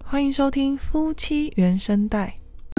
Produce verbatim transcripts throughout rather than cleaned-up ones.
欢迎收听夫妻原声带。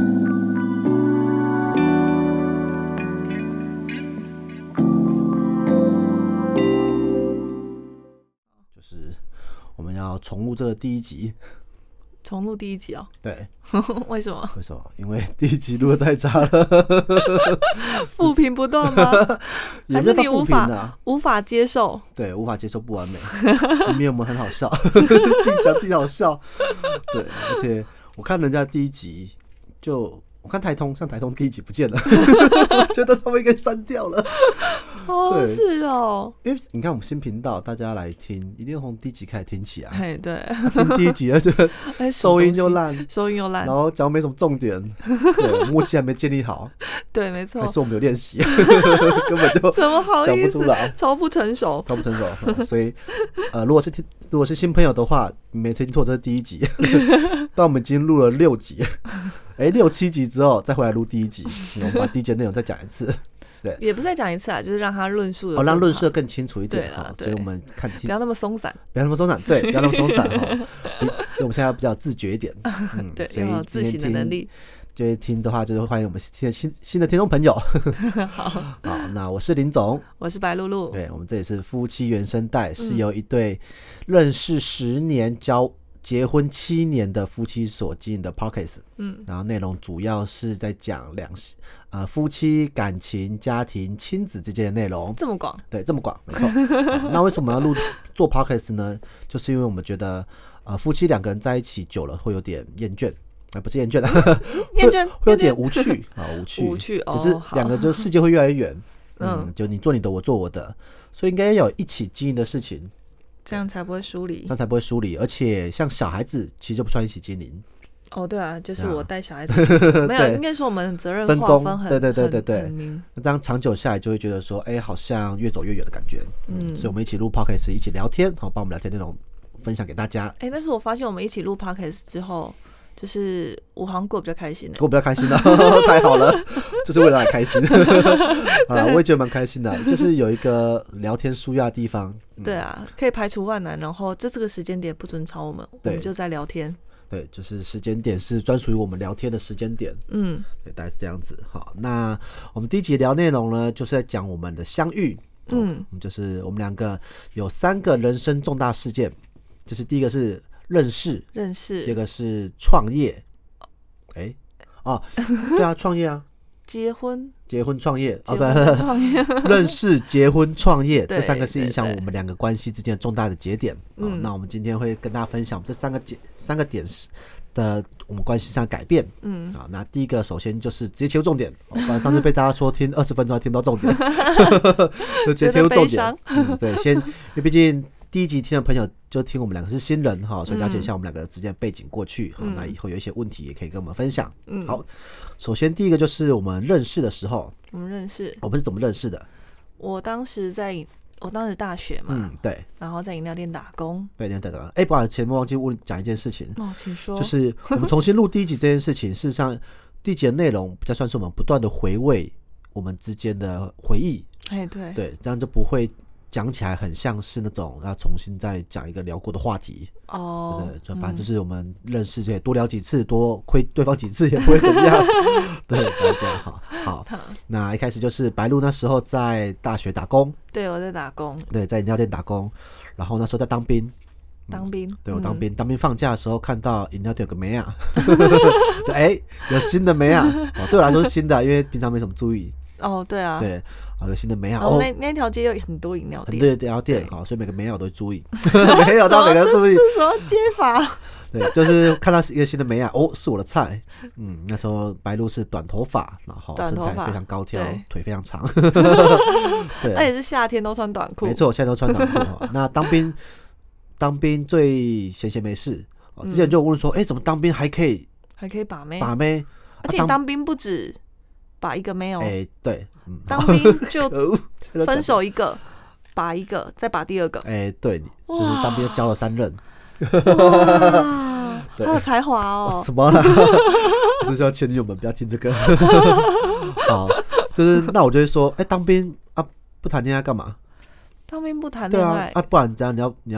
就是我们要重录这个第一集， 重录第一集哦。 对， 为什么？ 为什么？因为第一集录得太差了， 负评不断吗？还是你无法、 啊、 无法接受？ 对，无法接受不完美，明明我们很好笑，自己讲自己好笑。对，而且我看人家第一集就。我看台通，像台通第一集不见了，觉得他们应该删掉了。 哦，是哦， 因为你看我们新频道，大家来听，一定从第一集开始听起啊。 哎，对， 听第一集，而且收音又烂， 收音又烂， 然后讲没什么重点，对，默契还没建立好。 对，没错， 还是我们有练习，根本就怎么好意思讲不出来， 超不成熟， 超不成熟。嗯、所以，呃，如果是听，如果是新朋友的话，你没听错，这是第一集。但我们已经录了六集，哎、欸，六七集之后再回来录第一集，我们把第一集内容再讲一次。对， 也不是再讲一次啊，就是让他论述的哦，让论述的更清楚一点。 对啦， 所以我们看不要那么松散， 不要那么松散，对，不要那么松散哈。我们现在要比较自觉一点， 嗯，对，要有自省的能力。 就会听的话，就是欢迎我们新新新的听众朋友。 好， 好，那我是林总， 我是白露露。 对，我们这里是夫妻原声带，是由一对认识十年、交结婚七年的夫妻所经营的 podcast。嗯，然后内容主要是在讲两呃夫妻感情、家庭、亲子之间的内容。 这么广？对， 这么广，没错。那为什么要录做 podcast 呢？就是因为我们觉得，呃，夫妻两个人在一起久了会有点厌倦。啊，不是厌倦的， 厌倦会有点无趣啊，无趣， 无趣，哦、 就是两个就世界会越来越远，嗯, 嗯，就你做你的，我做我的，所以应该要有一起经营的事情， 这样才不会疏离， 这样才不会疏离。而且像小孩子，其实就不算一起经营。 哦，对啊，就是我带小孩子，没有，应该说我们责任划分很， 对对对对对，那这样长久下来就会觉得说，哎、欸，好像越走越远的感觉。嗯，所以我们一起录 podcast， 一起聊天，好，把我们聊天内容分享给大家。 哎、欸，但是我发现我们一起录 podcast 之后。就是我好像过得比较开心的， 过得比较开心的，太好了，就是为了让你开心。啊，我也觉得蛮开心的，就是有一个聊天舒压的地方。 嗯、对啊，可以排除万难，然后就这个时间点不准吵我们，我们就在聊天。 对，就是时间点是专属于我们聊天的时间点。嗯，对，大概是这样子。好，那我们第一集聊内容呢，就是在讲我们的相遇。嗯，就是我们两个有三个人生重大事件，就是第一个是。认识， 认识， 这个是创业，哎、欸，哦，对啊，创业啊， 结婚， 结婚创业，哦，对， 创业， 认识、结婚、创业，这三个是影响我们两个关系之间的重大的节点。嗯、哦，那我们今天会跟大家分享这三个节三个点的我们关系上的改变。嗯，好，那第一个首先就是直接切入重点，哦、不然上次被大家说听二十分钟还听不到重点，就直接切入重点。嗯，对，先，因为毕竟。第一集听的朋友就听我们两个是新人哈，所以了解一下我们两个之间的背景过去，嗯、那以后有一些问题也可以跟我们分享。嗯，好，首先第一个就是我们认识的时候， 我们认识， 我们是怎么认识的？ 我当时在，我当时大学嘛， 嗯，对， 然后在饮料店打工， 对，饮料店打工。哎、欸，不好意思，前面忘记问讲一件事情， 哦，请说， 就是我们重新录第一集这件事情，事实上第一集的内容比较算是我们不断的回味我们之间的回忆， 哎，对， 对，这样就不会。讲起来很像是那种要重新再讲一个聊过的话题哦， oh, 对，就反正就是我们认识就多聊几次，多亏对方几次也不会怎么样，对，不要这样好。好，那一开始就是白露那时候在大学打工， 对，我在打工， 对，在饮料店打工，然后那时候在当兵， 当兵， 嗯、对我当兵，嗯、当兵放假的时候看到饮料店有个妹啊，哎、欸，有新的妹啊，哦，对我来说是新的，因为平常没什么注意。 哦，对啊， 对，啊，有新的美好。 哦，那那条街有很多饮料店， 很多饮料店，好，所以每个美好都会注意，没有到每个人注意。 这是什么接法？ 对，就是看到一个新的美好，哦，是我的菜。嗯，那时候白露是短头发，然后身材非常高挑，腿非常长。对， 而且是夏天都穿短裤。 没错，现在都穿短裤。那当兵，当兵最闲闲没事。之前就有问说，哎，怎么当兵还可以还可以把妹？ 把妹， 而且当兵不止。把一个没有，哎、 欸，对，嗯、 当兵就分手一个，把一个，再把第二个， 哎、欸，对，就是当兵交了三任， 哇，好有才华哦！ 什么啦？这是要劝你们不要听这个。好，就是那我就会说，哎、欸，当兵啊，不谈恋爱干嘛？ 当兵不谈恋爱， 对啊，啊，不然这样你要你要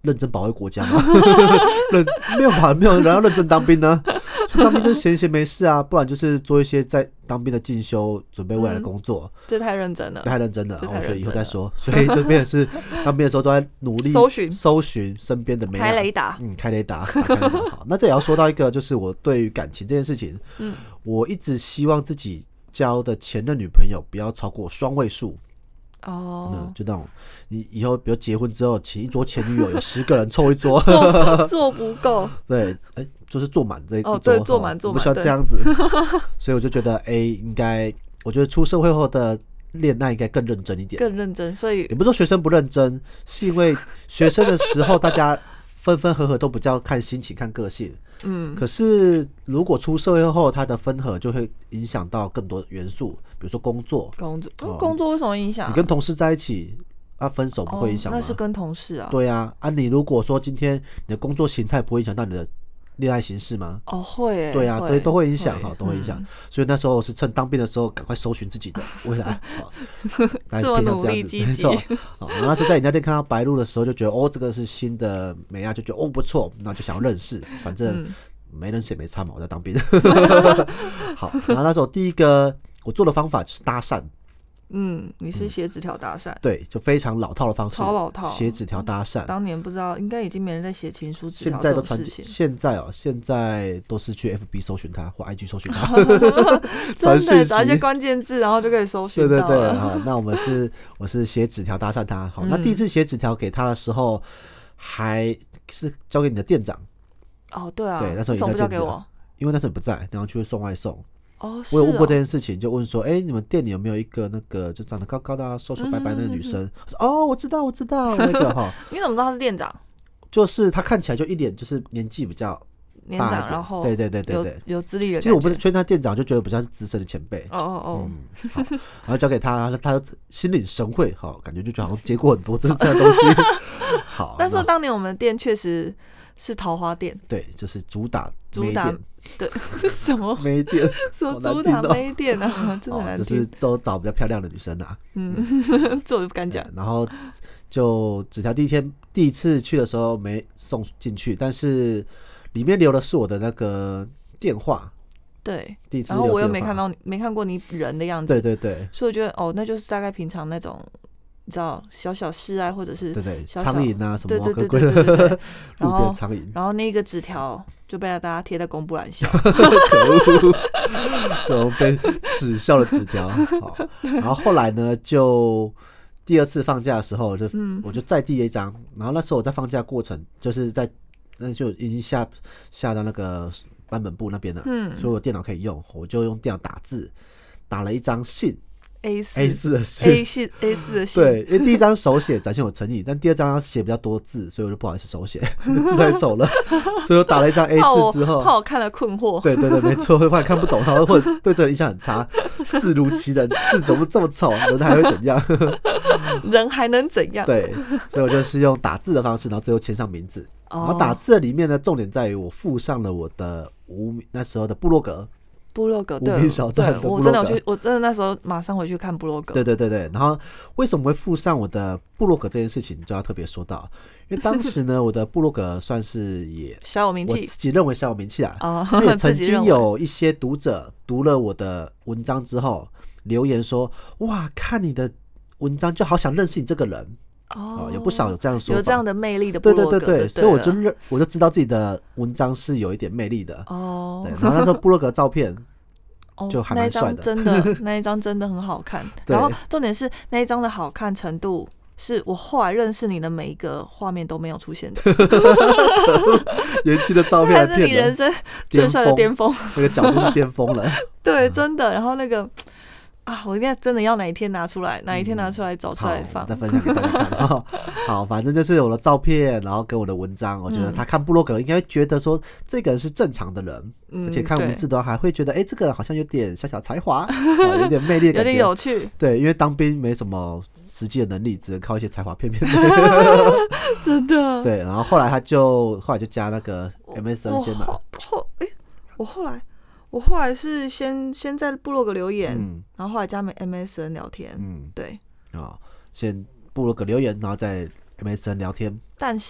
认真保卫国家吗？认没有吧，没有人要认真当兵呢、啊。当兵就是闲闲没事啊，不然就是做一些在当兵的进修，准备未来的工作。 嗯、这太认真了， 太认真了， 这太认真了， 我觉得以后再说。所以就变成是当兵的时候都在努力搜寻搜寻身边的美， 开雷达， 嗯，开雷达。开雷达好，那这也要说到一个，就是我对于感情这件事情，嗯，我一直希望自己交的前任女朋友不要超过双位数。 哦、 嗯，就那种你以后比如结婚之后，请一桌前女友有十个人凑一桌， 坐坐不够， 对，哎、欸，就是坐满这一桌， 哦，对，坐满坐满， 不需要这样子，所以我就觉得，哎、欸，应该，我觉得出社会后的恋爱应该更认真一点， 更认真，所以也不是说学生不认真，是因为学生的时候大家分分合合都比较看心情、看个性。嗯，可是如果出社会后，他的分合就会影响到更多元素，比如说工作。 工作，哦、工作为什么影响、啊？ 你跟同事在一起，啊，分手不会影响吗、 哦？那是跟同事啊。 对啊，啊，你如果说今天你的工作形态不会影响到你的恋爱形式吗？ 哦，会耶。 对啊， 会对，都会影响哈，都会影响、 嗯。 所以那时候是趁当兵的时候，赶快搜寻自己的未来， 这么努力积极。 没错。那时候在饮料店看到白鹿的时候，就觉得哦，这个是新的美亚，就觉得哦不错，那就想要认识，反正。嗯没认识也没差嘛，我在当兵。好，然后那时候第一个我做的方法就是搭讪。 嗯，你是写纸条搭讪、嗯？ 对，就非常老套的方式， 超老套， 写纸条搭讪。 当年不知道，应该已经没人在写情书纸条这种事情。现在哦，现在都是去 F B 搜寻它或 I G 搜寻它， 真的找一些关键字，然后就可以搜寻到了。 对对对，好，那我们是我是写纸条搭讪他。好，嗯、那第一次写纸条给他的时候，还是交给你的店长。 哦，对啊， 对，那时候送不交给我， 因为那时候你不在，然后去送外送。 哦， 我有问过这件事情，就问说，哎、欸，你们店里有没有一个那个就长得高高的、啊、瘦瘦白白的那个女生？嗯、我说哦，我知道，我知道那个哈。 你怎么知道他是店长？ 就是他看起来就一脸就是年纪比较年长，然后对对对对对， 有资历的。 其实我不是劝他店长，就觉得比较是资深的前辈。 哦哦哦， 嗯，好，然后交给他，他心领神会，好，感觉就觉得好像接过很多这这样的东西。好， 但是当年我们店确实是桃花店， 对，就是主打主打对什么没店， 什么主打没店啊，真的难听。 就是都找比较漂亮的女生啊， 嗯，这我就不敢讲。 然后就纸条第一天第一次去的时候没送进去，但是里面留的是我的那个电话。 对， 第一次然后我又没看到没看过你人的样子， 对对对， 所以我觉得哦，那就是大概平常那种。你知道小小示爱，或者是对对小小苍蝇啊什么对对对对对对对，然后苍蝇， 然后那个纸条就被大家贴在公布栏下， 可恶，然后被耻笑的纸条。好，然后后来呢，就第二次放假的时候，就、嗯、我就再递了一张，然后那时候我在放假过程，就是在那就已经下下到那个版本部那边了，嗯，所以我电脑可以用，我就用电脑打字，打了一张信。 A 四 A 四的信 A 四 A 四的信， 对，因为第一张手写展现我诚意，但第二张要写比较多字，所以我就不好意思手写，字太丑了，所以我打了一张 A 四之后， 怕我看了困惑。 对对对，没错，会怕看不懂，然后或者对这个印象很差，字如其人，字怎么这么丑，人还会怎样？ 人还能怎样？ 对，所以我就是用打字的方式，然后最后签上名字。然后打字的里面呢，重点在于我附上了我的无那时候的部落格。 部落格，对， 对， 我真的有去，我真的那时候马上回去看部落格。 对对对对，然后为什么会附上我的部落格这件事情，就要特别说到，因为当时呢，我的部落格算是也小有名气， 我自己认为小有名气啦。 哦， 也曾经有一些读者读了我的文章之后留言说：“哇，看你的文章就好想认识你这个人。”哦，有不少有这样说法， 有这样的魅力的部落格， 对对对对，所以我就认我就知道自己的文章是有一点魅力的哦。对，然后那时候部落格照片就还蛮帅的， 那一张真的那一张真的很好看。然后重点是那一张的好看程度，是我后来认识你的每一个画面都没有出现的。 年轻的照片还是你人生最帅的巅峰， 那个角度是巅峰了。 对，真的。然后那个。啊，我应该真的要哪一天拿出来，哪一天拿出来找出来放， 嗯、再分享给大家看。好，反正就是我的照片，然后跟我的文章，我觉得他看部落格应该会觉得说这个人是正常的人，嗯、而且看文字的话还会觉得，哎、欸，这个人好像有点小小才华，有点魅力的感觉， 有点有趣。 对，因为当兵没什么实际的能力，只能靠一些才华骗骗。 真的。 对，然后后来他就后来就加那个 M S N 先嘛。 后哎、欸，我后来。我后来是先先在部落格留言、嗯，然后后来加 M S N 聊天，嗯，对， 啊、哦，先部落格留言，然后再 M S N 聊天。 但是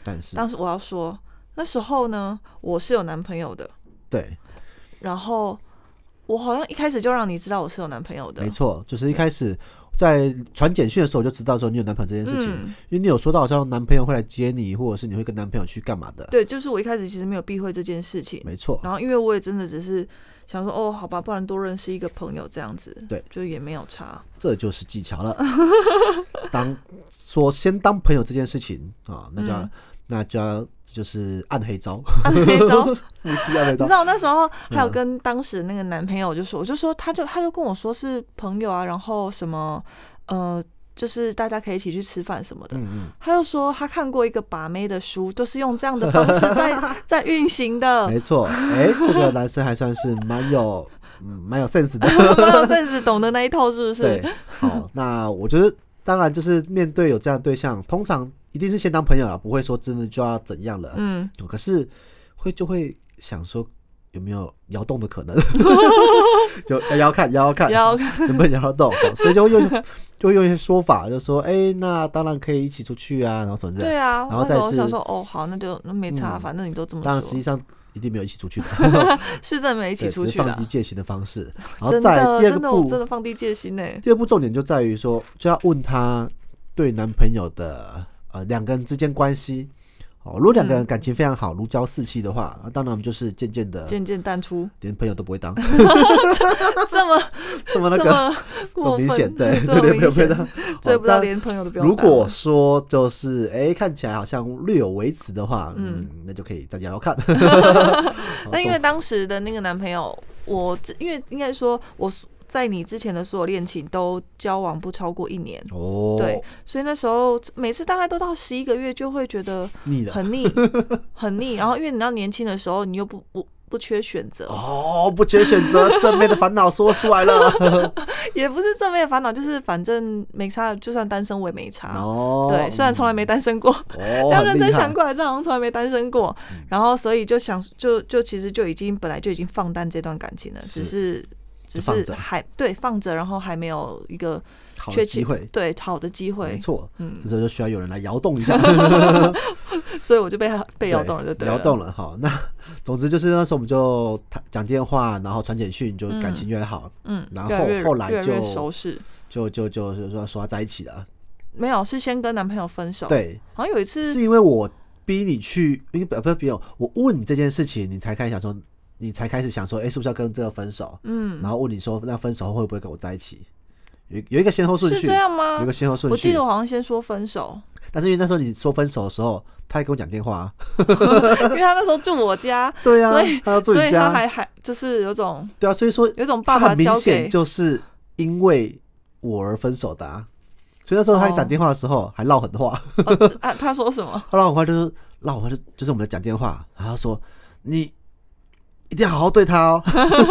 但是当时我要说，那时候呢，我是有男朋友的。 对， 然后我好像一开始就让你知道我是有男朋友的。 没错，就是一开始在传简讯的时候我就知道说你有男朋友这件事情，嗯、因为你有说到好像男朋友会来接你，或者是你会跟男朋友去干嘛的。 对，就是我一开始其实没有避讳这件事情。 没错。 然后因为我也真的只是想说，哦，好吧，不然多认识一个朋友这样子， 对， 就也没有差。 这就是技巧了。当说先当朋友这件事情啊，那就要、嗯、那就要就是暗黑招， 暗黑招， 暗黑招。 你知道我那时候还有跟当时那个男朋友就说，我就说他就他就跟我说是朋友啊，然后什么呃。就是大家可以一起去吃饭什么的，嗯嗯，他就说他看过一个把妹的书，都是用这样的方式在在运行的。 没错，哎、欸，这个男生还算是蛮有，嗯，蛮有 sense 的， 蛮有 sense， 懂得那一套是不是？ 对，好，那我觉得当然就是面对有这样的对象，通常一定是先当朋友啊，不会说真的就要怎样了，嗯，可是会就会想说。有没有摇动的可能？就摇摇看，摇摇看， 摇摇看能不能摇得动？所以就会用就会用一些说法，就说：“哎、欸，那当然可以一起出去啊，然后什么的。” 对啊， 然后再是我想说：“哦，好，那就那没差、嗯，反正你都这么说。” 当然，实际上一定没有一起出去的， 是真的没一起出去的， 放低戒心的方式。然后再第二个步， 真的放低戒心呢。 第二步重点就在于说，就要问他对男朋友的呃两个人之间关系。哦，如果两个人感情非常好，如胶似漆的话，当然我们就是渐渐的、 渐渐淡出， 连朋友都不会当。 这么这么那个，这么明显，对，就连朋友不会当， 追不到连朋友都不要当。 如果说就是哎、欸，看起来好像略有维持的话，嗯，嗯那就可以再摇摇看。 那因为当时的那个男朋友，我因为应该说我。在你之前的所有恋情都交往不超过一年，哦，对，所以那时候每次大概都到十一个月就会觉得很腻，很腻。然后因为你到年轻的时候，你又不不不缺选择， 哦，不缺选择，正面的烦恼说出来了， 也不是正面的烦恼，就是反正没差，就算单身我也没差。哦，对，虽然从来没单身过，哦、但认真想过来，这好像从来没单身过。嗯、然后所以就想，就就其实就已经本来就已经放淡这段感情了，只是。只是还对放着，然后还没有一个好的机会， 对好的机会， 没错，嗯，这时候就需要有人来摇动一下， 所以我就被被摇动了，就对了， 摇动了。好，那总之就是那时候我们就讲电话，然后传简讯，就感情越来越好，嗯，然后后来就越来越熟识， 就就就就说说要在一起了。 没有，是先跟男朋友分手。 对， 好像有一次是因为我逼你去，因为不是逼我，我问你这件事情，你才开始想说。你才开始想说，哎、欸，是不是要跟这个分手？嗯，然后问你说，那分手后会不会跟我在一起？有有一个先后顺序， 是这样吗？ 有一个先后顺序。 我记得我好像先说分手， 但是因为那时候你说分手的时候，他还跟我讲电话、啊， 因为他那时候住我家， 对啊， 所以他要住你家， 所以他还还就是有种对啊，所以说有种爸爸交给， 就是因为我而分手的啊。所以那时候他讲电话的时候还唠狠话， 哦啊、他说什么？ 他唠狠话就是唠狠话就就是我们在讲电话，然后他说你。一定要好好对他哦，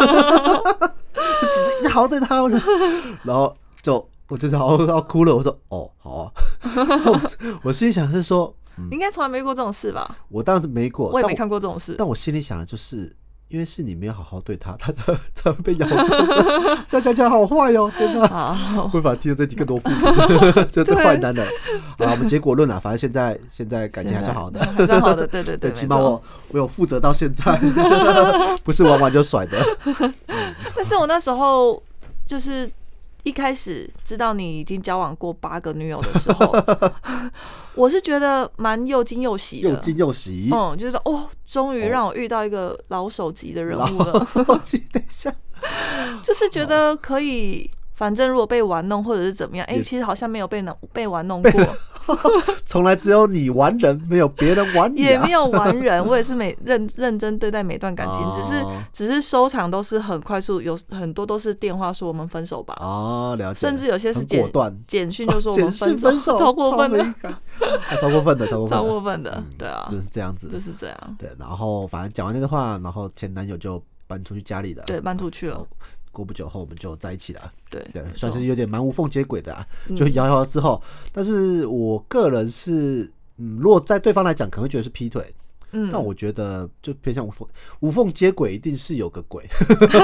一定好好对他哦，然后就我就是好好要哭了，我说哦好啊，我, 我心里想是说， 嗯、应该从来没过这种事吧？ 我当然是没过， 我也没看过这种事， 但 我, 但我心里想的就是。因为是你没有好好对他，他才才会被咬动。这样讲起来好坏哦，天哪！会把听了这集更多负评，就是坏男人。好，我们结果论啊，反正现在现在感情还是好的， 还算好的，对对对， 起码我我有负责到现在，不是玩玩就甩的。 但是我那时候就是一开始知道你已经交往过八个女友的时候，我是觉得蛮又惊又喜的， 又惊又喜。 嗯，就是哦，终于让我遇到一个老手级的人物了。 老手级，等一下， 就是觉得可以，反正如果被玩弄或者是怎么样，哎、欸，其实好像没有被被玩弄过。 从来只有你玩人，没有别人玩你、啊， 也没有玩人。我也是每认认真对待每段感情，哦、只是只是收场都是很快速，有很多都是电话说我们分手吧。 哦，了解。 甚至有些是简果断简讯就说我们分手， 分手超过分的， 超过分的，超过分的， 超过分的，对啊， 就是这样子， 就是这样。 对，然后反正讲完那个话，然后前男友就搬出去家里了， 对，搬出去了。 过不久后我们就在一起了， 对对，算是有点蛮无缝接轨的啊，就摇摇之后，嗯、但是我个人是，嗯，如果在对方来讲可能会觉得是劈腿， 嗯，但我觉得就偏向无缝无缝接轨，一定是有个鬼。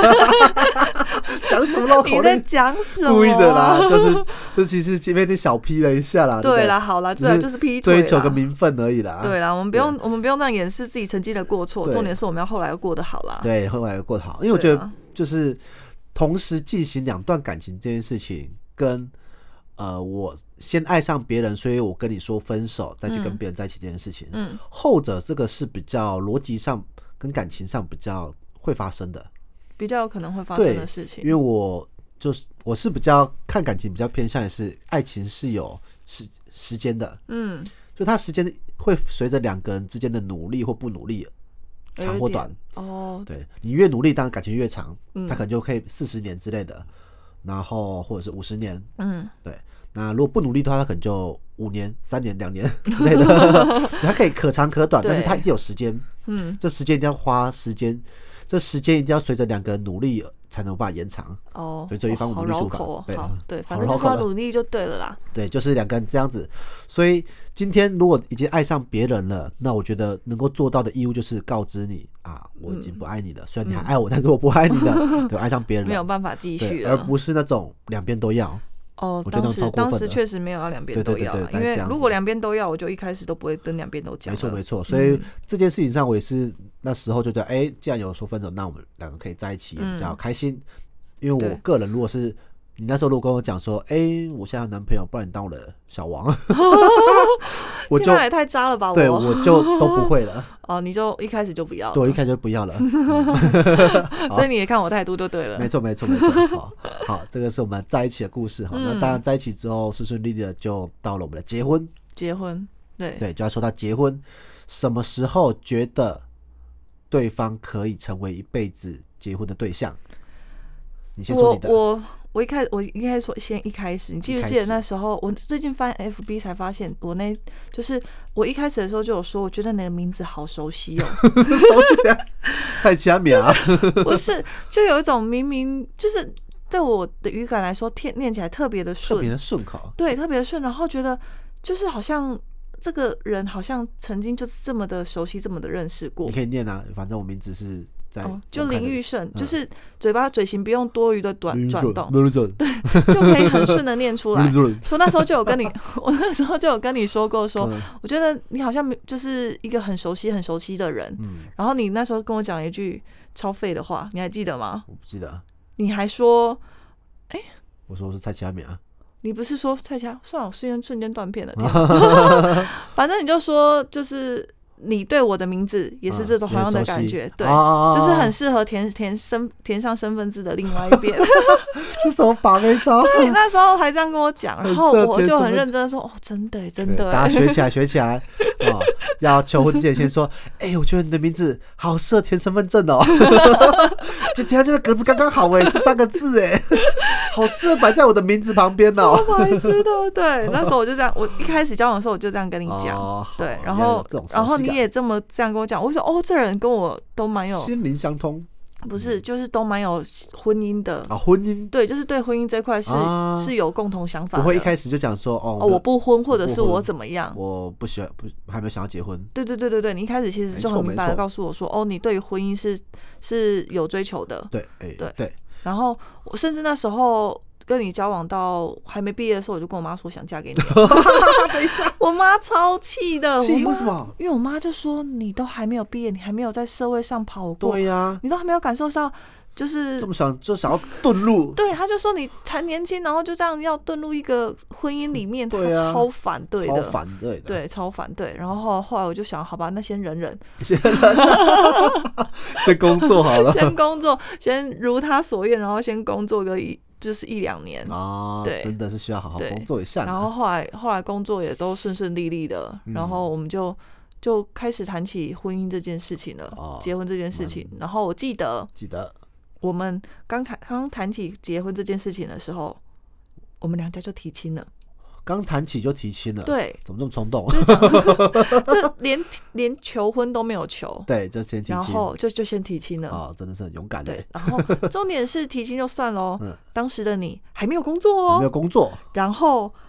讲什么绕口令？ 你在讲什么？ 故意的啦，就是就其实前面你小劈了一下啦。 对啦，好啦，对啦，就是劈腿啦， 追求个名分而已啦。 对啦，我们不用我们不用那样掩饰自己曾经的过错，重点是我们要后来要过得好啦。 对，后来要过得好，因为我觉得就是同时进行两段感情这件事情，跟呃我先爱上别人，所以我跟你说分手，再去跟别人在一起这件事情，嗯，后者这个是比较逻辑上跟感情上比较会发生的。比较有可能会发生的事情， 因为我就是我是比较看感情比较偏向的是爱情是有时时间的，嗯，就它时间会随着两个人之间的努力或不努力长或短哦。对，你越努力，当然感情越长，嗯，它可能就可以四十年之类的，然后或者是五十年，嗯，对。那如果不努力的话，它可能就五年、三年、两年之类的，它可以可长可短，但是它一定有时间，嗯，这时间一定要花时间。这时间一定要随着两个人努力才能办法延长哦，所以这一方努力术法， 哦，对对，反正就是要努力就对了啦。 对，就是两个人这样子。所以今天如果已经爱上别人了，那我觉得能够做到的义务就是告知你啊，我已经不爱你了。嗯、虽然你还爱我，嗯、但是我不爱你了，对，爱上别人了， 没有办法继续了， 而不是那种两边都要。 哦，当时当时确实没有要两边都要啦，因为如果两边都要，我就一开始都不会跟两边都讲。 没错没错，所以这件事情上我也是那时候就觉得，哎、欸，既然有说分手，那我们两个可以在一起也比较开心。嗯、因为我个人如果是你那时候如果跟我讲说，哎、欸，我现在有男朋友，不然你当我的小王，我就也太渣了吧！ 对，我就都不会了。 哦，你就一开始就不要了， 对，我一开始就不要了。 所以你也看我态度就对了。 没错，没错，没错。好，好，这个是我们在一起的故事哈。嗯、那当然，在一起之后顺顺利利的就到了我们的结婚。 结婚，对对，就要说到结婚，什么时候觉得对方可以成为一辈子结婚的对象？你先说你的。 我我我一开始我应该说先一开始，你记不记得那时候我最近翻 F B 才发现，我那就是我一开始的时候就有说，我觉得你的名字好熟悉哦， 熟悉的蔡佳苗， 不是，就有一种明明就是对我的语感来说，念起来特别的顺， 特别的顺口， 对，特别的顺，然后觉得就是好像这个人好像曾经就是这么的熟悉，这么的认识过。 你可以念啊，反正我名字是。 哦、就林玉胜、嗯，就是嘴巴嘴型不用多余的转转动， 对， 就可以很顺的念出来。说那时候就有跟你，我那时候就有跟你说过说，说、嗯、我觉得你好像就是一个很熟悉、很熟悉的人。嗯，然后你那时候跟我讲了一句超废的话，你还记得吗？ 我不记得。 你还说，哎、欸， 我说我是蔡佳苗啊。 你不是说蔡佳？算了，我瞬间瞬间断片了。反正你就说就是。你对我的名字也是这种同样的感觉，嗯、对、啊，就是很适合填填身填上身份证的另外一边。 这什么把妹招？ 对，你那时候还这样跟我讲，然后我就很认真的说：“哦，真的，真的。” 大家学起来，学起来哦！要求婚之前先说：“哎、欸，我觉得你的名字好适合填身份证哦。”就填这个格子刚刚好哎，是三个字哎，好适合摆在我的名字旁边哦。 超白痴的，对，那时候我就这样，我一开始交往的时候我就这样跟你讲，哦、对，然后然后你也这么这样跟我讲，我说哦，这人跟我都蛮有心灵相通。 不是，就是都蛮有婚姻的啊，婚姻对，就是对婚姻这块是、啊、是有共同想法的， 不会一开始就讲说哦， 哦我不婚，或者是我怎么样， 我不喜欢，不还没有想要结婚。 对对对对对，你一开始其实就很明白的告诉我说，哦，你对于婚姻是是有追求的， 对，哎、欸，对对。 然后我甚至那时候跟你交往到还没毕业的时候，我就跟我妈说想嫁给你。 等一下， 我妈超气的。 气为什么？ 因为我妈就说你都还没有毕业，你还没有在社会上跑过， 对呀、啊， 你都还没有感受到。就是这么想就想要遁入， 对，他就说你才年轻，然后就这样要遁入一个婚姻里面，他超反对的， 超反对的， 对，超反对。然后后来后来我就想，好吧，那先忍忍， 先忍忍，先工作好了， 先工作，先如他所愿，然后先工作个一就是一两年啊，对，真的是需要好好工作一下。 然后后来后来工作也都顺顺利利的，嗯、然后我们就就开始谈起婚姻这件事情了，哦、结婚这件事情。嗯、然后我记得记得。 我们刚谈刚谈起结婚这件事情的时候，我们两家就提亲了。 刚谈起就提亲了， 对， 怎么这么冲动？ 就连连求婚都没有求， 对，就先提亲， 然后就就先提亲了。 哦，真的是很勇敢的。 对，然后重点是提亲就算喽，嗯、当时的你还没有工作哦， 没有工作， 然后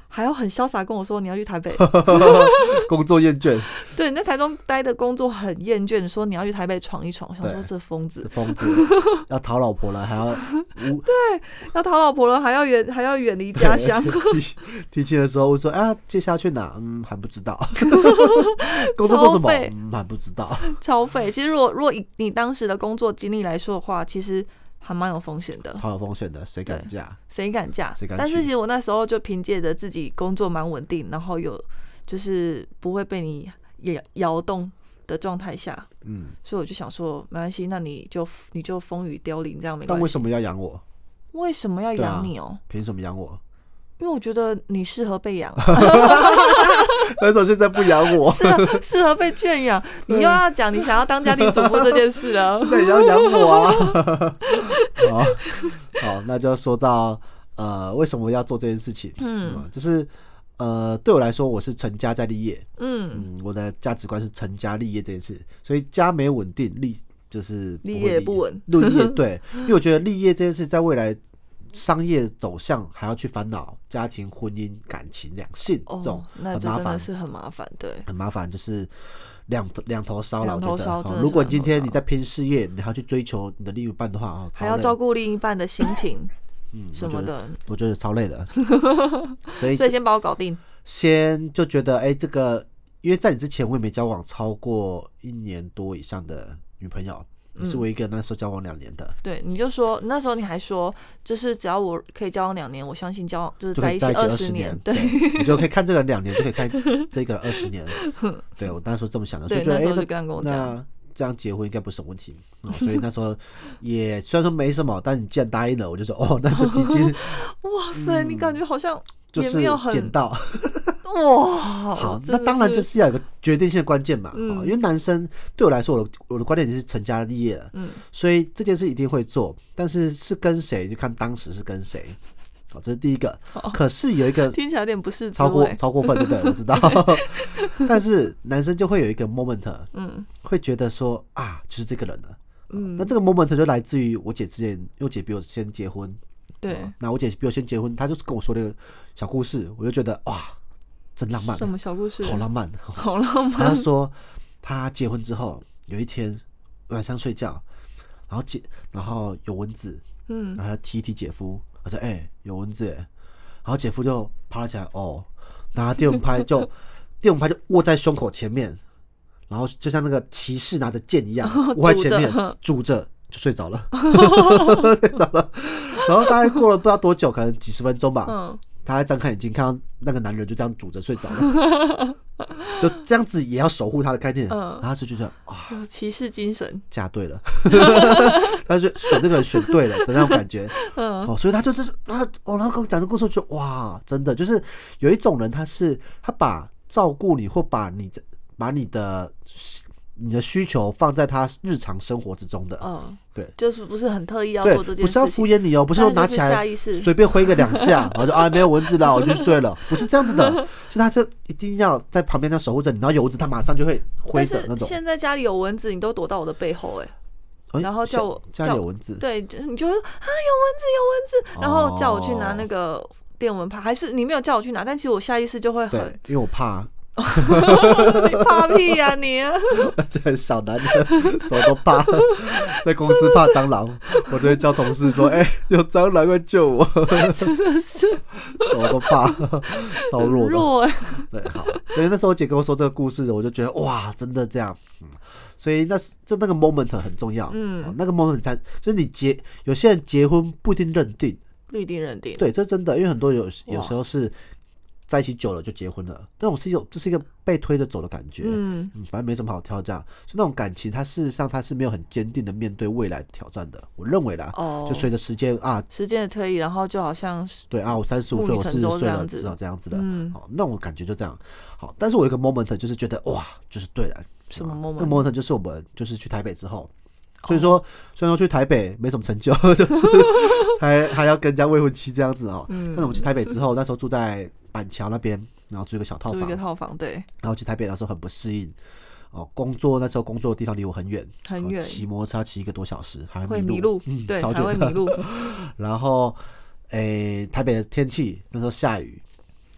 还要很潇洒跟我说你要去台北， 工作厌倦。 对，你在台中待的工作很厌倦，说你要去台北闯一闯，我想说这疯子， 这疯子要讨老婆了，还要对，要讨老婆了，还要远还要远离家乡。 提提亲的时候我说啊，接下去哪？嗯，还不知道。工作做什么？嗯，还不知道。 超废。其实如果如果以你当时的工作经历来说的话，其实还蛮有风险的， 超有风险的，谁敢嫁？ 谁敢嫁？ 谁敢？ 但是其实我那时候就凭借着自己工作蛮稳定，然后有就是不会被你摇动的状态下，嗯，所以我就想说，没关系，那你就你就风雨凋零，这样没关系。 但为什么要养我？ 为什么要养你哦？ 凭、啊、什么养我？ 因为我觉得你适合被养。 但是我现在不养我， 适合适合被圈养。你又要讲你想要当家庭主妇这件事了， 现在也要养我啊。好，好，那就说到呃，为什么要做这件事情？嗯，嗯就是呃，对我来说，我是成家在立业。嗯嗯，我的价值观是成家立业这件事，所以家没稳定，立就是不立业不稳。 立业对，因为我觉得立业这件事在未来。商业走向还要去烦恼家庭、婚姻、感情、两性、哦、这种很麻烦， 那就真的是很麻烦，对， 很麻烦，就是两两头烧了。 两头烧， 如果今天你在拼事业，你还要去追求你的另一半的话， 还要照顾另一半的心情，嗯，什么的， 我觉得超累的。所以， 所以先把我搞定。 先就觉得，哎、欸，这个，因为在你之前我也没交往超过一年多以上的女朋友。你是我一个那时候交往两年的、嗯， 对，你就说那时候你还说，就是只要我可以交往两年，我相信交往就是在一起二十年，对， 你就可以看这个两年，就可以看这个二十年。对我那时候这么想的，所以觉得哎、欸，那那这样结婚应该不是什么问题、哦，所以那时候也虽然说没什么，但你既然答应了，我就说哦，那就提亲。 哇塞，嗯、你感觉好像就是捡到。 哇， 好，那当然就是要有个决定性的关键嘛、嗯，因为男生对我来说，我的我的观点就是成家立业了，嗯，所以这件事一定会做，但是是跟谁就看当时是跟谁，好，这是第一个。可是有一个听起来有点不是超过超过分，对不对？我知道，但是男生就会有一个 moment， 嗯，会觉得说啊，就是这个人了，嗯，那这个 moment 就来自于我姐之前，因为我姐比我先结婚， 对， 那我姐比我先结婚，她就是跟我说那个小故事，我就觉得哇。真浪漫， 什么小故事？ 好浪漫， 好浪漫。 他说他结婚之后有一天晚上睡觉，然后姐，然后有蚊子，嗯，然后他踢一踢姐夫，他说：“哎、欸，有蚊子哎。”然后姐夫就爬了起来，哦，拿电蚊拍就电蚊拍就握在胸口前面，然后就像那个骑士拿着剑一样握在前面，拄着就睡着了，睡着了。然后大概过了不知道多久，可能几十分钟吧。嗯，他还张开眼睛，看到那个男人就这样拄着睡着了，就这样子也要守护他的概念，嗯、然后他就觉得哇， 有骑士精神， 嫁对了，他就选这个人选对了的那种感觉，嗯，哦，所以他就是他，哦，然后跟我讲这故事，就哇，真的就是有一种人，他是他把照顾你或把你把你的。你的需求放在他日常生活之中的，嗯，对， 就是不是很特意要做这件事情， 不是要敷衍你哦，不是说拿起来随便挥个两下，然后就啊没有蚊子了，我就睡了，不是这样子的，是他就一定要在旁边在守护着你，然后有蚊子他马上就会挥的那种。 现在家里有蚊子，你都躲到我的背后、欸，哎、欸，然后叫我家里有蚊子， 对，你就会说啊有蚊子有蚊子，然后叫我去拿那个电蚊拍，还是你没有叫我去拿，但其实我下意识就会很， 对，因为我怕。 你怕屁呀、啊、你啊！ 这小男人什么都怕，在公司怕蟑螂，我就会叫同事说：“哎、欸，有蟑螂快救我！” 真的是什么都怕，超弱的。 弱哎、 欸，对，好。所以那时候我姐跟我说这个故事，我就觉得哇，真的这样。嗯，所以那这那个 moment 很重要。嗯，那个 moment 才就是你结有些人结婚不一定认定， 不一定认定。 对，这真的，因为很多有有时候是。在一起久了就结婚了，那种是一种，这是一个被推着走的感觉。嗯, 嗯，反正没什么好挑战，所以那种感情，它事实上它是没有很坚定的面对未来的挑战的。我认为啦，哦，就随着时间啊， 时间的推移，然后就好像对啊，我三十五岁，我四十岁了，至少这样子的。嗯，好，那种感觉就这样。好，但是我有一个 moment 就是觉得哇，就是对了。 什么 moment？ 那 moment 就是我们就是去台北之后。所以说，虽然说去台北没什么成就，就是还还要跟人家未婚妻这样子哦。嗯。但是我们去台北之后，那时候住在板桥那边，然后住一个小套房， 住一个套房，对。 然后去台北那时候很不适应，哦，工作那时候工作的地方离我很远， 很远， 骑摩托车骑一个多小时，还会迷路， 嗯，对，还会迷路。 然后，诶、欸，台北的天气那时候下雨，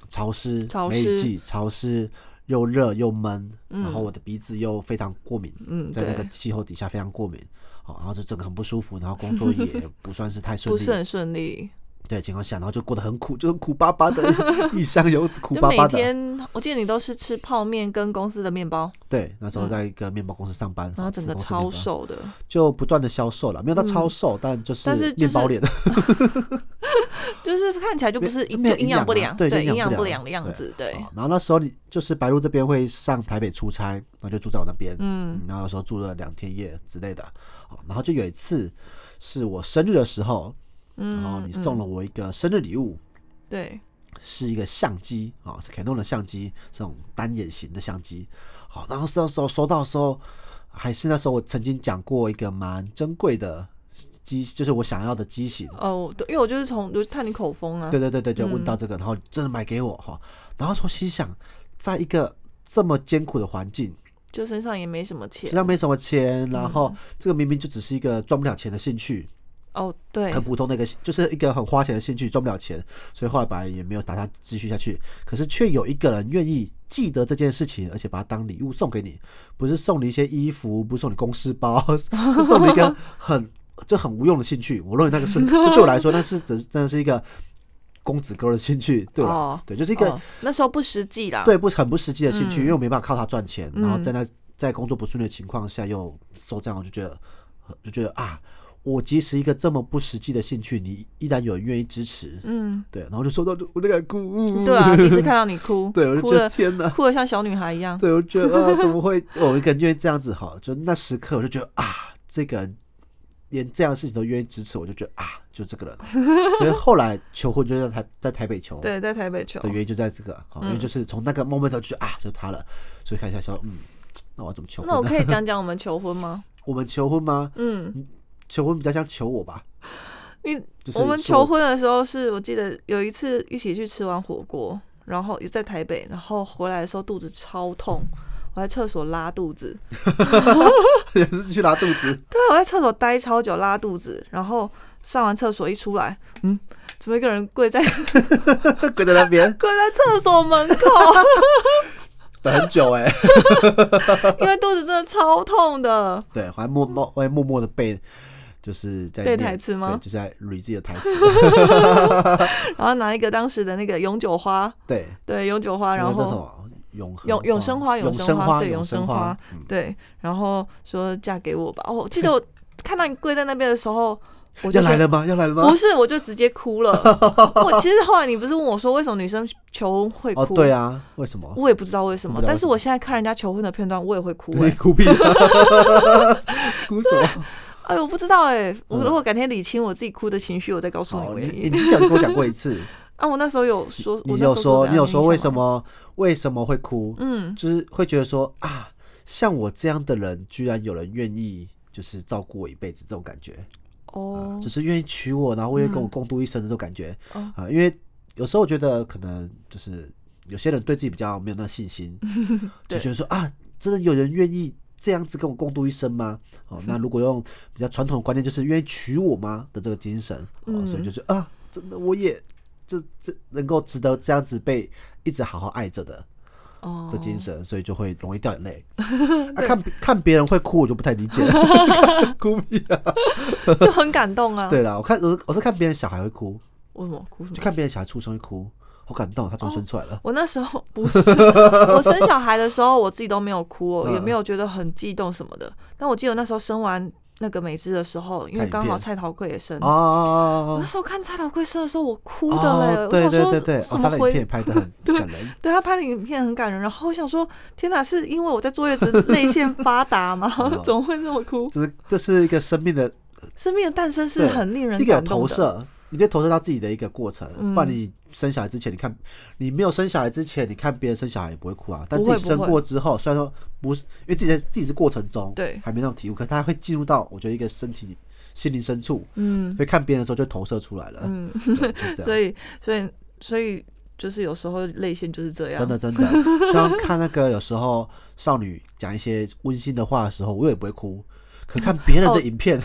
潮湿， 潮湿梅雨季潮湿又热又闷， 嗯、 然后我的鼻子又非常过敏， 嗯， 在那个气候底下非常过敏，好，然后就整个很不舒服，然后工作也不算是太顺利， 不是很顺利。 对情况下，然后就过得很苦，就是苦巴巴的异乡游子，苦巴巴的。 就每天，我记得你都是吃泡面跟公司的面包。 对，那时候在一个面包公司上班， 嗯、然后整个超瘦的， 就不断的消瘦了，没有到超瘦，嗯、但就是面包脸， 就是、就是看起来就不是就营养不良， 对营养不良的样子，对。对然后那时候你就是白鹿这边会上台北出差，然后就住在我那边，嗯，然后有时候住了两天夜之类的，然后就有一次是我生日的时候。然后你送了我一个生日礼物， 对， 是一个相机啊，是 Canon 的相机，这种单眼型的相机。好，然后那时候收到的时候，还是那时候我曾经讲过一个蛮珍贵的机，就是我想要的机型。 哦，对，因为我就是从就是看你口风啊， 对对对对，就问到这个，嗯、然后真的买给我哈。然后说心想，在一个这么艰苦的环境， 就身上也没什么钱， 身上没什么钱，然后这个明明就只是一个赚不了钱的兴趣。 哦，对， 很普通的一个，就是一个很花钱的兴趣，赚不了钱，所以后来本来也没有打算继续下去。可是却有一个人愿意记得这件事情，而且把它当礼物送给你，不是送你一些衣服，不是送你公事包，是送你一个很就很无用的兴趣。我认为那个是对我来说，那是真的是一个公子哥的兴趣，对吧？哦、对，就是一个、 哦、那时候不实际啦， 对，不很不实际的兴趣，嗯、因为我没办法靠它赚钱，然后在那在工作不顺利的情况下又收这样，我就觉得就觉得啊。我即使一个这么不实际的兴趣，你依然有人愿意支持，嗯，对，然后就收到，我就敢哭， 对啊，第一次看到你哭， 对，我就觉得天哪， 哭得像小女孩一样， 对，我就觉得啊，怎么会有一个人愿意这样子？好，就那时刻我就觉得啊，这个人连这样的事情都愿意支持，我就觉得啊，就这个人，所以后来求婚就在台在台北求， 对，在台北求的原因就在这个，好，因为就是从那个 moment 就觉得啊，就他了，所以看一下说，嗯，那我要怎么求婚？ 那我可以讲讲我们求婚吗？ 我们求婚吗？ 嗯。 求婚比较像求我吧， 你、就是、我们求婚的时候是我记得有一次一起去吃完火锅，然后也在台北，然后回来的时候肚子超痛，我在厕所拉肚子， 也是去拉肚子， 对，我在厕所待超久拉肚子，然后上完厕所一出来，嗯，怎么一个人跪在跪在那边， 跪在厕所门口。 等很久哎、欸， 因为肚子真的超痛的。 对，我还默默，我还默默的背，就是在背台词吗？ 对，就是在捋自己的台词。 然后拿一个当时的那个永久花， 对对，永久花，然后叫什么永永永生花， 永生花， 对，永生花，对，然后说嫁给我吧。哦，我记得我看到你跪在那边的时候。我要来了吗？要来了吗？ 不是，我就直接哭了。我其实后来你不是问我说为什么女生求婚会哭？ 哦，对啊，为什么？ 我也不知道为什么，但是我现在看人家求婚的片段，我也会哭、欸。 你哭屁、啊？哭什么？ 哎，我不知道哎、欸。我如果改天理清我自己哭的情绪，我再告诉你。 你你之前跟我讲过一次啊，我那时候有说， 你有说，你有说为什么为什么会哭？嗯，就是会觉得说啊，像我这样的人，居然有人愿意就是照顾我一辈子，这种感觉。哦、呃，只是愿意娶我，然后愿意跟我共度一生的这种感觉啊、嗯呃。因为有时候我觉得可能就是有些人对自己比较没有那信心，就觉得说啊，真的有人愿意这样子跟我共度一生吗？哦，那如果用比较传统的观念，就是愿意娶我吗的这个精神，哦，嗯、所以就觉得啊，真的我也这这能够值得这样子被一直好好爱着的。的精神，所以就会容易掉眼泪。啊、看看别人会哭，我就不太理解了。哭屁啊， 就很感动啊。 对啦，我看我我是看别人小孩会哭， 为什么哭什么？ 就看别人小孩出生会哭，好感动，他终于生出来了。 哦、我那时候不是，我生小孩的时候，我自己都没有哭哦，嗯、也没有觉得很激动什么的。但我记得那时候生完那个美姿的时候，因为刚好蔡桃贵也生哦，那时候看蔡桃贵生的时候，我哭的嘞、欸。 哦、对对对对， 什么回？ 哦、他的影片拍得很感人。 对，他拍的影片很感人。然后我想说，天哪，是因为我在坐月子泪腺发达吗？哦、怎么会这么哭？ 这这是一个生命的生命的诞生，是很令人感动的。 一个投射，你得投射到自己的一个过程。嗯、不然你生小孩之前，你看你没有生小孩之前，你看别人生小孩也不会哭啊。但自己生过之后，虽然说不是，因为自己在自己是过程中，对，还没那种体悟，可是他会进入到我觉得一个身体心灵深处，嗯，所以看别人的时候就投射出来了，嗯， 所以所以所以就是有时候泪腺就是这样， 真的真的，像看那个有时候少女讲一些温馨的话的时候，我也不会哭。可看别人的影片，哦、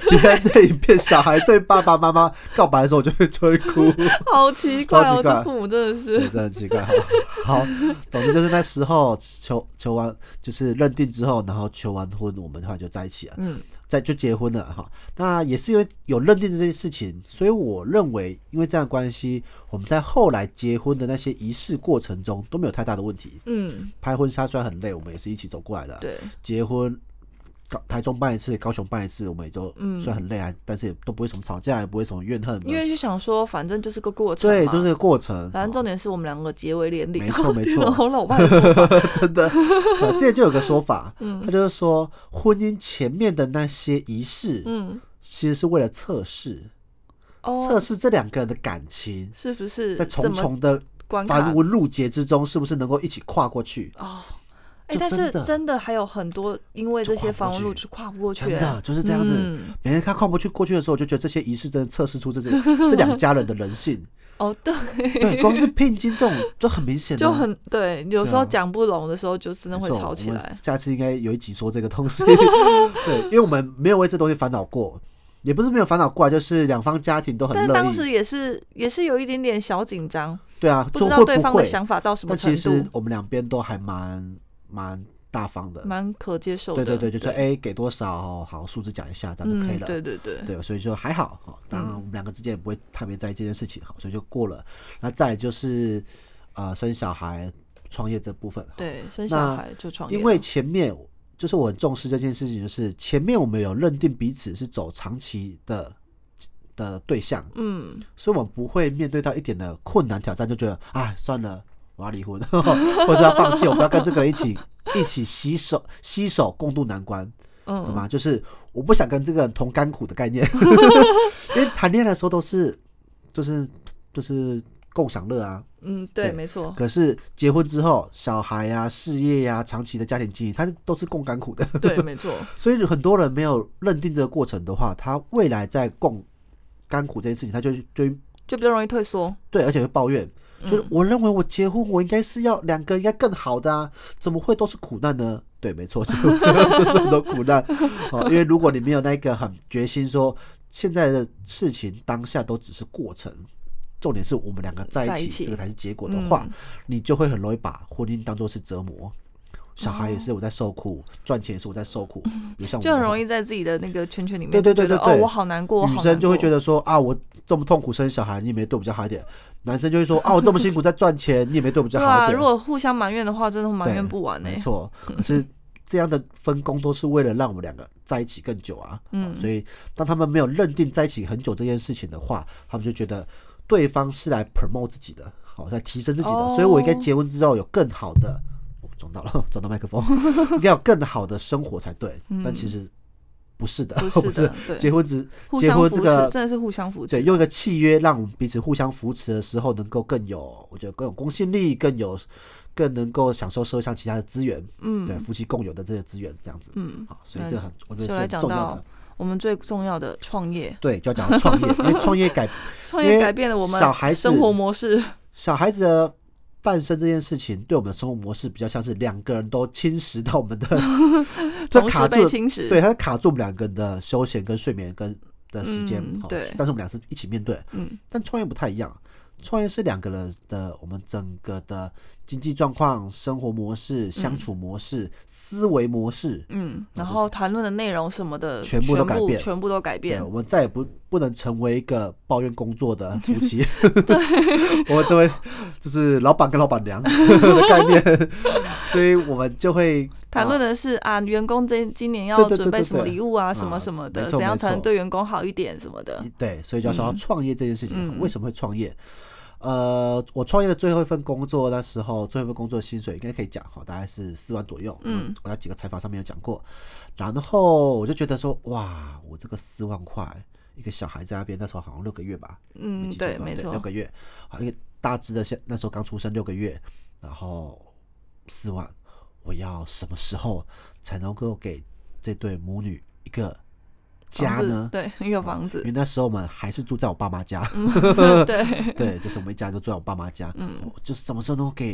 别人的影片，小孩对爸爸妈妈告白的时候，我就会就会哭， 好奇怪哦，这父母真的是， 对，真的很奇怪。好，好总之就是那时候求求完，就是认定之后，然后求完婚，我们后来就在一起了，嗯，在就结婚了哈。那也是因为有认定这件事情，所以我认为，因为这样的关系，我们在后来结婚的那些仪式过程中都没有太大的问题。嗯，拍婚纱虽然很累，我们也是一起走过来的。 对， 结婚。台中办一次，高雄办一次，我们也就虽然很累啊，嗯、但是也都不会什么吵架，也不会什么怨恨。 因为就想说，反正就是个过程嘛， 对，就是个过程。 反正重点是我们两个结为连理。 没错，没错。 好老派的说法， 真的。之前就有个说法，嗯、他就是说，婚姻前面的那些仪式，嗯，其实是为了测试，测试、哦、这两个人的感情是不是在重重的繁文缛节之中，是不是能够一起跨过去？哦。 欸、但是真的还有很多因为这些繁文缛节跨不过去， 真的就是这样子。嗯、每天他跨不过去过去的时候，我就觉得这些仪式真的测试出这这两家人的人性。 哦，对， 对，光是聘金这种就很明显， 就很对。有时候讲不拢的时候，就真的会吵起来。 下次应该有一集说这个东西，对，因为我们没有为这东西烦恼过。也不是没有烦恼过，就是两方家庭都很乐意。 但当时也是也是有一点点小紧张。 对啊， 不知道对方的想法到什么程度。 但其实我们两边都还蛮蛮大方的， 蛮可接受的。 对对对，就说哎给多少，好数字讲一下，这样就可以了。 嗯、对对对， 对，所以就还好。当然我们两个之间也不会特别在意这件事情，好，所以就过了。那再来就是呃生小孩、创业这部分。 对，生小孩就创业。 因为前面。就是我很重视这件事情，就是前面我们有认定彼此是走长期的的对象，嗯，所以我们不会面对到一点的困难挑战，就觉得啊算了，我要离婚，或者要放弃，我不要跟这个人一起一起携手携手共度难关，嗯，懂吗？就是我不想跟这个人同甘苦的概念，因为谈恋爱的时候都是就是就是共享乐啊。 嗯，对，对没错。 可是结婚之后，小孩呀、啊、事业呀、啊、长期的家庭经营，它都是共甘苦的。 对，没错。 所以很多人没有认定这个过程的话，他未来在共甘苦这件事情，他就就就比较容易退缩。 对，而且会抱怨，就是我认为我结婚，我应该是要两个人应该更好的啊，怎么会都是苦难呢？对，没错，就是很多苦难。哦，因为如果你没有那个很决心说，现在的事情当下都只是过程。重点是我们两个在一起，在一起这个才是结果的话，嗯、你就会很容易把婚姻当作是折磨。小孩也是我在受苦，赚、哦、钱也是我在受苦，比如像我就很容易在自己的那个圈圈里面， 对对对对对， 哦，我好难过。 女生就会觉得说啊，我这么痛苦生小孩，你也没对我比较好一点。男生就会说啊，我这么辛苦在赚钱，你也没对我比较好一点。 对啊，如果互相埋怨的话，真的埋怨不完呢、欸。 没错，可是这样的分工都是为了让我们两个在一起更久啊。嗯，所以当他们没有认定在一起很久这件事情的话，他们就觉得。对方是来 promote 自己的，好来提升自己的， oh. 所以我应该结婚之后有更好的，我、哦、撞到了，撞到麦克风，应该有更好的生活才对。嗯、但其实不是的， 不是的， 不是结婚只结婚这个真的是互相扶持， 对，用一个契约让我们彼此互相扶持的时候，能够更有，我觉得更有公信力，更有更能够享受社会上其他的资源，嗯，对，夫妻共有的这些资源，这样子，嗯，好，所以这很，我觉得是很重要的。 我们最重要的创业， 对，就要讲到创业，因为创业改创业改变了我们小孩子生活模式。 小孩子的诞生这件事情，对我们的生活模式比较像是两个人都侵蚀到我们的， 同时被侵蚀。 对，它卡住我们两个人的休闲跟睡眠跟的时间、嗯。对，但是我们俩是一起面对。嗯，但创业不太一样。创业是两个人的，我们整个的经济状况、生活模式、相处模式、嗯、思维模式，嗯， 然后谈论的内容什么的， 全部都改变， 全部都改变。 我们再也不不能成为一个抱怨工作的夫妻，我们成为就是老板跟老板娘的概念，所以我们就会谈论的是啊，员工今今年要准备什么礼物啊，什么什么的，怎样才能对员工好一点什么的。 对，所以就要说到创业这件事情，嗯、为什么会创业？呃，我创业的最后一份工作，那时候最后一份工作的薪水应该可以讲哈，大概是四万左右。嗯，我在几个采访上面有讲过。然后我就觉得说，哇，我这个四万块，一个小孩在那边，那时候好像六个月吧。 嗯，对，没错， 六个月。好，一个大只的，那时候刚出生六个月，然后四万，我要什么时候才能够给这对母女一个家呢？ 对，一个房子。 因为那时候我们还是住在我爸妈家， 嗯、对对，就是我们一家就住在我爸妈家。嗯，就是什么时候能够给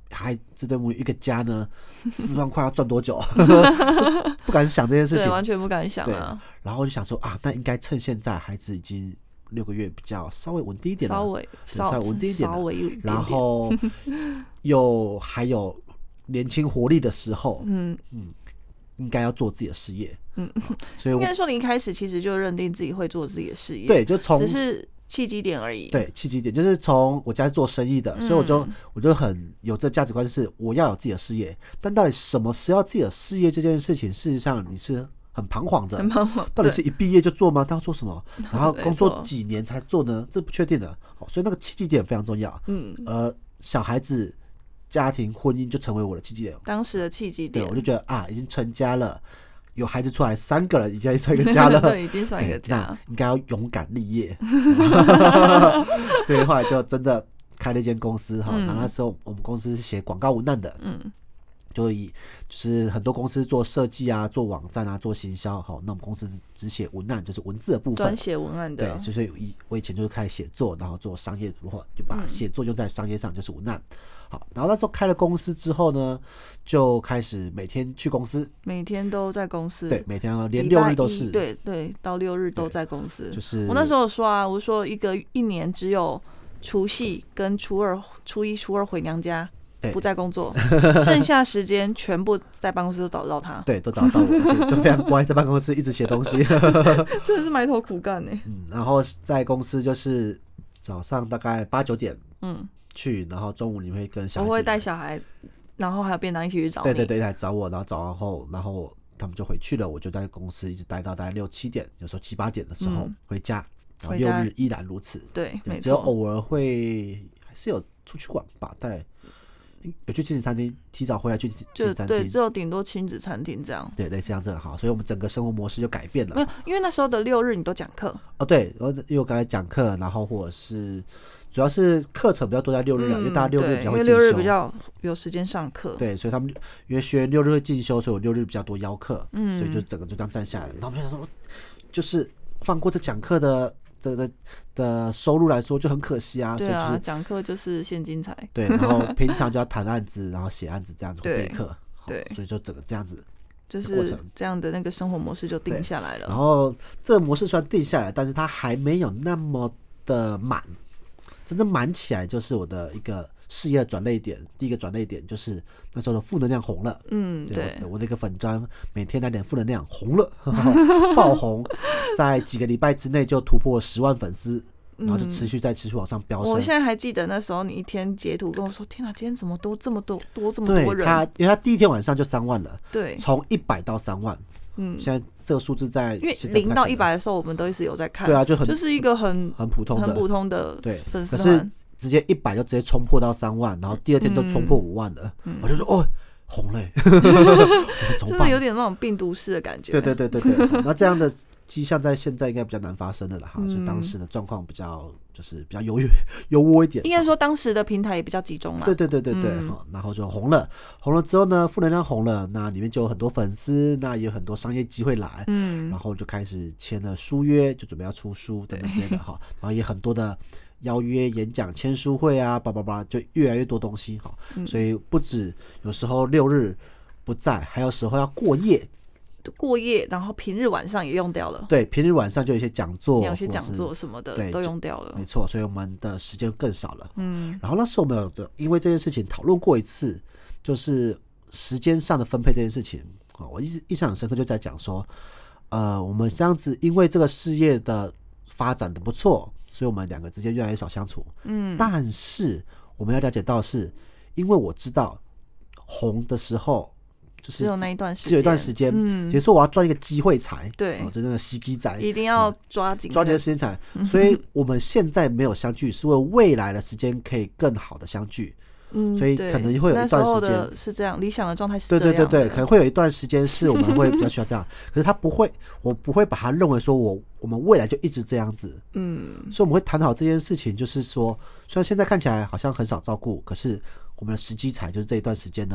还这对母女一个家呢，四万块要赚多久？不敢想这件事情， 对，完全不敢想啊。 然后就想说啊，那应该趁现在孩子已经六个月比较稍微稳定一点了， 稍微稍微稳定一点稍微一点点， 然后又还有年轻活力的时候，嗯嗯，应该要做自己的事业，嗯，所以应该说你一开始其实就认定自己会做自己的事业， 对，就从只是契机点而已。 对，契机点就是从我家是做生意的，嗯、所以我就我就很有这价值观，就是我要有自己的事业。但到底什么是要自己的事业这件事情，事实上你是很彷徨的。 很彷徨， 到底是一毕业就做吗？他要做什么？然后工作几年才做呢？这不确定的。所以那个契机点非常重要。嗯，而小孩子、家庭、婚姻就成为我的契机点。 当时的契机点， 对，我就觉得啊，已经成家了。有孩子出来，三个人已经算一个家了， 对，已经算一个家， 应该要勇敢立业。所以后来就真的开了一间公司哈。嗯、然后那时候我们公司是写广告文案的，嗯，就以就是很多公司做设计啊、做网站啊、做行销哈，那我们公司只写文案，就是文字的部分， 专写文案的。 对，所以我以前就是开始写作，然后做商业如何，就把写作用在商业上，就是文案。好，然后那时候开了公司之后呢，就开始每天去公司， 每天都在公司， 对，每天连六日都是， 对对，到六日都在公司。 就是我那时候说啊，我说一个一年只有除夕跟初二、初一、初二回娘家，不在工作，剩下时间全部在办公室都找得到他， 对，都找得到我，就非常乖，在办公室一直写东西， 真的是埋头苦干呢。 嗯，然后在公司就是早上大概八九点，嗯。去，然后中午你会跟小孩子， 我会带小孩，然后还有便当一起去找你。 对对对，来找我，然后找完后，然后他们就回去了，我就在公司一直待到大概六七点，有时候七八点的时候、嗯、回家，然后六日依然如此。 对，没错， 只有偶尔会还是有出去玩吧，带有去亲子餐厅，提早回来去亲子餐厅， 对，只有顶多亲子餐厅这样。 对，类似这样这样好，所以我们整个生活模式就改变了。 没有，因为那时候的六日你都讲课。 哦，对，因为我刚才讲课，然后或者是。主要是课程比较多在六日、啊嗯、因为大家六日比较会进修， 因为六日比较有时间上课， 对，所以他们因为学员六日会进修，所以我六日比较多邀课，嗯，所以就整个就这样站下来。然后我们想说，就是放过这讲课的这个的收入来说就很可惜啊， 对啊， 所以就是讲课就是现金财， 对，然后平常就要谈案子，然后写案子这样子备课， 对， 所以就整个这样子。 就是这样的那个生活模式就定下来了。 然后这个模式虽然定下来，但是它还没有那么的满。真正满起来就是我的一个事业转捩点。第一个转捩点就是那时候的负能量红了，嗯，对，我那个粉专每天来点负能量红了，呵呵爆红，在几个礼拜之内就突破十万粉丝，然后就持续再持续往上飙升。 我现在还记得那时候你一天截图跟我说：“天哪，今天怎么多这么多多这么多人？” 对，他因为他第一天晚上就三万了， 对， 从一百到三万。嗯，现在这个数字在因为零到一百的时候，我们都一直有在看， 对啊，就很就是一个很很普通的、 很普通的对粉丝团， 可是直接一百就直接冲破到三万，然后第二天就冲破五万了，嗯、我就说哦，红了、欸， 真的有点那种病毒式的感觉。 对对对对对，那这样的迹象在现在应该比较难发生的了哈，嗯、所以当时的状况比较就是比较优越优渥一点。 应该说当时的平台也比较集中啦。 对对对对对，嗯、然后就红了，红了之后呢，负能量红了，那里面就有很多粉丝，那也有很多商业机会来，嗯，然后就开始签了书约，就准备要出书等等之类的哈，然后也很多的。邀约、演讲、签书会啊，叭叭叭，就越来越多东西哈。嗯、所以不止有时候六日不在，还有时候要过夜。 过夜，然后平日晚上也用掉了。 对，平日晚上就有一些讲座， 有些讲座什么的都用掉了。 没错，所以我们的时间更少了。嗯，然后那时候我们有因为这件事情讨论过一次，就是时间上的分配这件事情。我印象很深刻，就在讲说，呃，我们这样子，因为这个事业的发展的不错。所以我们两个之间越来越少相处，嗯，但是我们要了解到是，因为我知道红的时候就是只有那一段时间， 只有一段时间，嗯，比如说我要赚一个机会财， 对， 哦，就那个吸机仔， 一定要抓紧、 嗯、抓紧的时间财，嗯、所以我们现在没有相聚，是为未来的时间可以更好的相聚。嗯，所以可能会有一段时间是这样，理想的状态是这样的。 对对对对，可能会有一段时间是我们会比较需要这样，可是他不会，我不会把它认为说我我们未来就一直这样子。嗯，所以我们会谈好这件事情，就是说，虽然现在看起来好像很少照顾，可是我们的时机财就是这一段时间而已。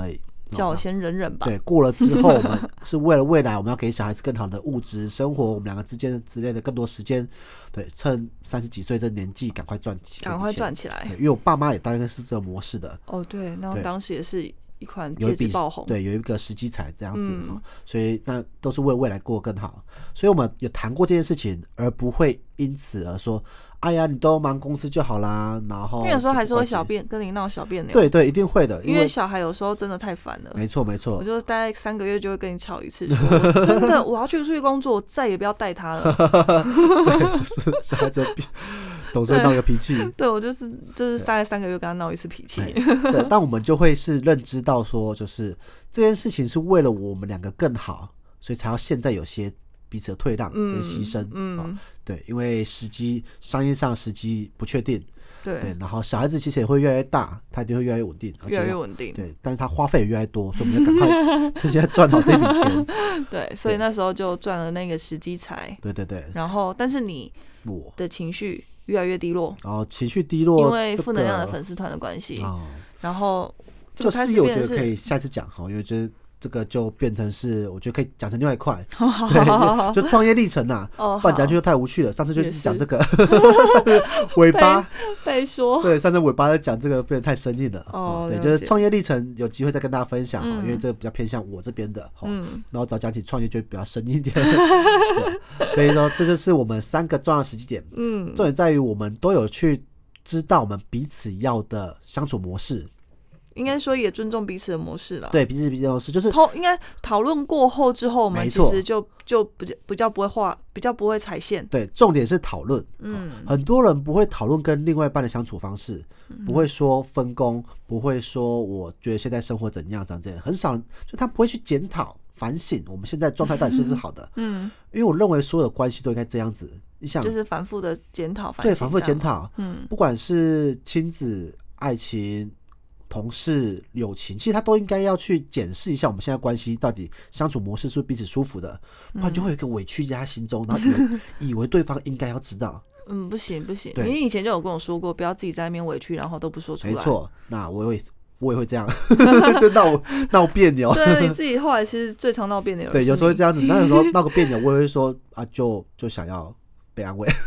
叫我先忍忍吧。 对，过了之后，我们是为了未来，我们要给小孩子更好的物质生活，我们两个之间之类的更多时间。对，趁三十几岁这年纪，赶快赚起， 赶快赚起来。 因为我爸妈也大概是这个模式的。 哦，对，那当时也是一款戒指爆红， 对，有一个时机彩这样子、嗯、所以那都是为未来过更好。所以我们有谈过这件事情，而不会因此而说。哎呀，你都忙公司就好啦，然后因为有时候还是会小别跟你闹小别扭。 对对，一定会的， 因为小孩有时候真的太烦了。 没错没错， 我就大概三个月就会跟你吵一次说，真的我要去出去工作，我再也不要带他了。 对，就是小孩子总是会闹个脾气。 对，对我就是就是大概三个月跟他闹一次脾气。 对，但我们就会是认知到说，就是这件事情是为了我们两个更好，所以才要现在有些彼此的退让跟牺牲。嗯，嗯对，因为时机商业上时机不确定， 对, 对，然后小孩子其实也会越来越大，他一定会越来越稳定， 越来越稳定。 对，但是他花费也越来越多，所以我们就赶快趁现在赚好这笔钱。 对，所以那时候就赚了那个时机财。 对对对。 然后，但是你的情绪越来越低落， 然后情绪低落， 因为负能量的粉丝团的关系、哦。然后这个事业我觉得可以下次讲哈，因为就是这个就变成是我觉得可以讲成另外一块。对，就创业历程啊，哦、不然讲就太无趣了。上次就是讲这个，上次尾巴被说， 对，上次尾巴讲这个变得太生硬了。哦，对，就是创业历程有机会再跟大家分享、嗯、因为这个比较偏向我这边的。嗯，然后早讲起创业就比较深一点。所以说这就是我们三个重要的时机点。嗯，重点在于我们都有去知道我们彼此要的相处模式。 应该说也尊重彼此的模式了。 对，彼此彼此的模式就是应该讨论过后之后，我们其实就就比较比较不会画，比较不会踩线。 对，重点是讨论。嗯，很多人不会讨论跟另外一半的相处方式，嗯、不会说分工，不会说我觉得现在生活怎样，这样这样，很少，就他不会去检讨、反省我们现在状态到底是不是好的。嗯，因为我认为所有的关系都应该这样子。你想， 就是反复的检讨， 对，反复的检讨。嗯，不管是亲子、爱情。同事、友情，其实他都应该要去检视一下我们现在关系到底相处模式是不是彼此舒服的，不然就会有一个委屈在他心中，然后以为以为对方应该要知道。 嗯，不行不行，你以前就有跟我说过，不要自己在那边委屈，然后都不说出来。 没错，那我也我也会这样，就闹闹别扭。 对，你自己后来其实最常闹别扭。 对，有时候会这样子，那有时候闹个别扭，我也会说啊，就就想要。被安慰。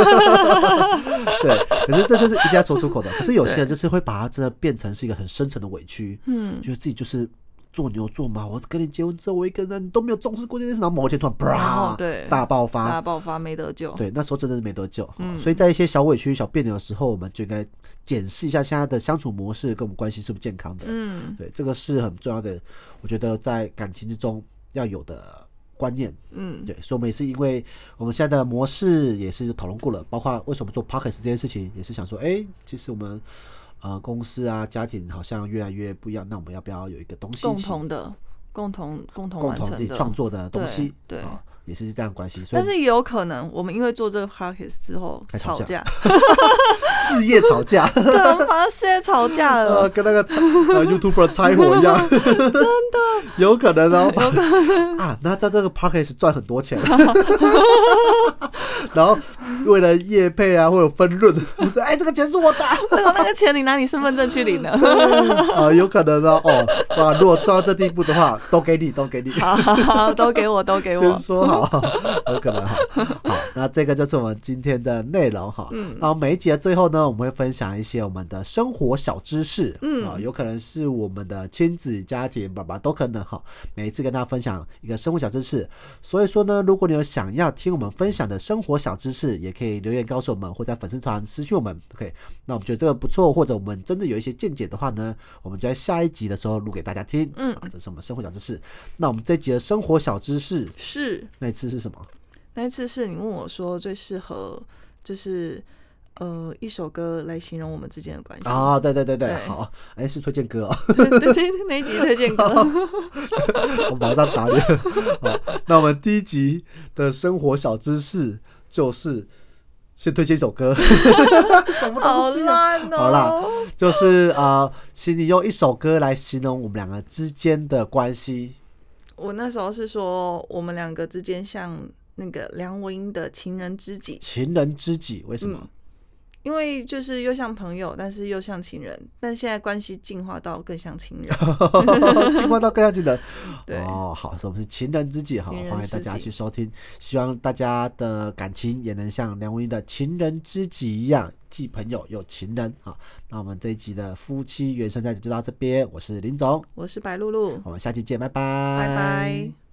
对，可是这就是一定要说出口的。可是有些人就是会把它真的变成是一个很深层的委屈，嗯，觉得自己就是做牛做马，我跟你结婚之后，我一个人都没有重视过这件事，然后某一天突然啪， 对， 大爆发， 大爆发没得救。 对，那时候真的是没得救。嗯，所以在一些小委屈、小别扭的时候，我们就应该检视一下现在的相处模式跟我们关系是不是健康的。嗯，对，这个是很重要的，我觉得在感情之中要有的观念。嗯，对，所以我们也是因为我们现在的模式也是讨论过了，包括为什么做 Podcast 这件事情，也是想说，哎、欸，其实我们呃公司啊、家庭好像越来越不一样，那我们要不要有一个东西共同的、共同共同完成的、 共同自己创作的东西？ 对。对哦，也是这样的关系， 但是也有可能我们因为做这个 podcast 之后吵架， 事业吵架， 对，我们好像事业吵架了， 呃、跟那个、呃、YouTuber 拆伙一样， 真的有可能哦， 有可能啊，那在这个 podcast 赚很多钱，然后为了业配啊，会有分润，哎，这个钱是我的， 为什么那个钱你拿你身份证去领呢？ 啊，有可能哦，哦，哇，如果做到这地步的话，都给你，都给你， 好好好，都给我，都给我， 先说好。有可能哈，好，那这个就是我们今天的内容哈。嗯，然后每一集的最后呢，我们会分享一些我们的生活小知识，嗯，啊，有可能是我们的亲子、家庭、爸爸都可能哈。每一次跟大家分享一个生活小知识，所以说呢，如果你有想要听我们分享的生活小知识，也可以留言告诉我们，或者在粉丝团私讯我们。OK， 那我们觉得这个不错，或者我们真的有一些见解的话呢，我们就在下一集的时候录给大家听。嗯，啊，这是我们生活小知识。那我们这一集的生活小知识是。 那一次是什么？ 那一次是你问我说最适合就是呃一首歌来形容我们之间的关系啊、哦，对对对 对, 对好，哎、欸、是推荐歌哦， 对对对，那一集推荐歌， 我马上打脸。好，那我们第一集的生活小知识就是先推荐一首歌，什么东西、啊？ 好烂哦！ 好啦，就是呃，请你用一首歌来形容我们两个之间的关系。 我那时候是说，我们两个之间像那个梁文音的《情人知己》。 情人知己为什么？嗯、 因为就是又像朋友，但是又像情人，但现在关系进化到更像情人， 进化到更像情人。 对哦，好，所以我们是情人知己哈，欢迎大家去收听，希望大家的感情也能像梁文音的情人知己一样，既朋友又情人啊。那我们这一集的夫妻原生态就到这边，我是林总， 我是白露露， 我们下期见，拜拜， 拜拜。